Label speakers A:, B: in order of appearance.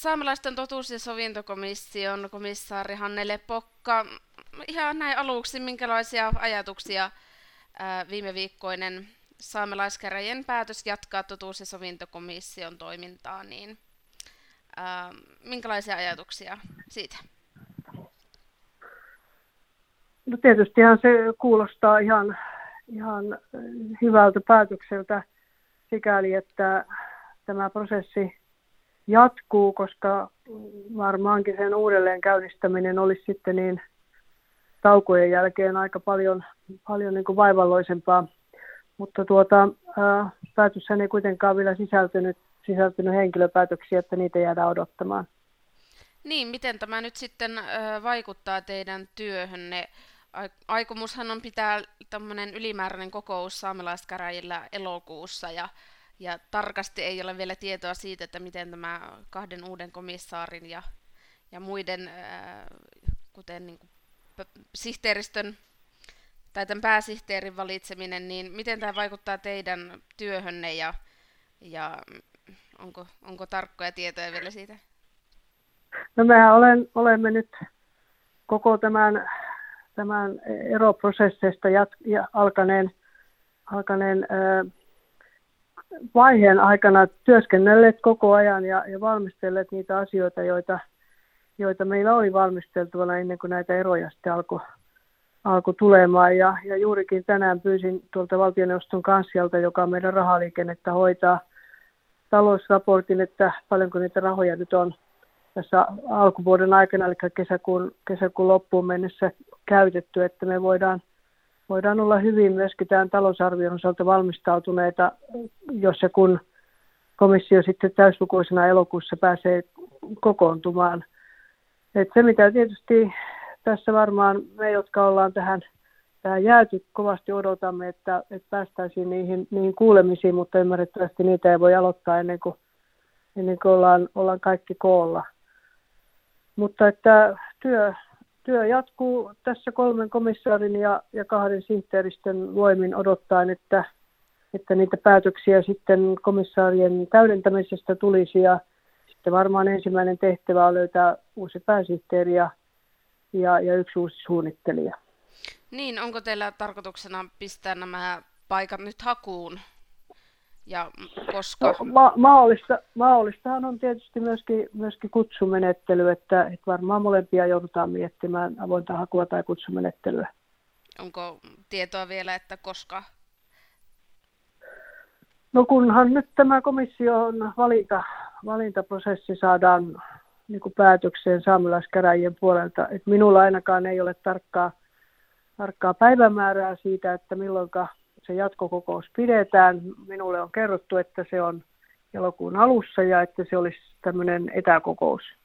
A: Saamelaisten totuus- ja sovintokomission komissaari Hannele Pokka. Ihan näin aluksi, minkälaisia ajatuksia viime viikkoinen saamelaiskäräjien päätös jatkaa totuus- ja sovintokomission toimintaa, niin minkälaisia ajatuksia siitä?
B: No tietystihan se kuulostaa ihan hyvältä päätökseltä sikäli, että tämä prosessi jatkuu, koska varmaankin sen uudelleen käynnistäminen olisi sitten niin taukojen jälkeen aika paljon niin kuin vaivalloisempaa. Mutta päätöshän ei kuitenkaan vielä sisältynyt henkilöpäätöksiä, että niitä jäädään odottamaan.
A: Niin, miten tämä nyt sitten vaikuttaa teidän työhönne? Aikomushan on pitää tämmöinen ylimääräinen kokous saamelaiskäräjillä elokuussa ja tarkasti ei ole vielä tietoa siitä, että miten tämä kahden uuden komissaarin ja muiden, kuten niin kuin sihteeristön tai tämän pääsihteerin valitseminen, niin miten tämä vaikuttaa teidän työhönne ja onko tarkkoja tietoja vielä siitä?
B: No mehän olemme nyt koko tämän eroprosessista alkaneen vaiheen aikana työskennelleet koko ajan ja valmistelleet niitä asioita, joita meillä oli valmisteltavana ennen kuin näitä eroja sitten alkoi tulemaan. Ja juurikin tänään pyysin tuolta valtioneuvoston kanslialta, joka meidän rahaliikennettä hoitaa, talousraportin, että paljonko niitä rahoja nyt on tässä alkuvuoden aikana, eli kesäkuun loppuun mennessä käytetty, että me voidaan olla hyvin myöskin tämän talousarvion osalta valmistautuneita, jos ja kun komissio sitten täyslukuisena elokuussa pääsee kokoontumaan. Et se, mitä tietysti tässä varmaan me, jotka ollaan tähän jääty, kovasti odotamme, että päästäisiin niihin kuulemisiin, mutta ymmärrettävästi niitä ei voi aloittaa ennen kuin ollaan kaikki koolla. Mutta että työ jatkuu tässä 3 komissaarin ja 2 sihteeristön voimin odottaen, että niitä päätöksiä sitten komissaarien täydentämisestä tulisi. Ja sitten varmaan ensimmäinen tehtävä on löytää uusi pääsihteeri ja 1 uusi suunnittelija.
A: Niin, onko teillä tarkoituksena pistää nämä paikat nyt hakuun? Ja koska?
B: No, mahdollistahan on tietysti myöskin kutsumenettely, että varmaan molempia joudutaan miettimään avointa hakua tai kutsumenettelyä.
A: Onko tietoa vielä, että koska?
B: No kunhan nyt tämä komission valintaprosessi saadaan niin kuin päätökseen saamelaiskäräjien puolelta. Et minulla ainakaan ei ole tarkkaa päivämäärää siitä, että milloinka se jatkokokous pidetään. Minulle on kerrottu, että se on elokuun alussa ja että se olisi tämmöinen etäkokous.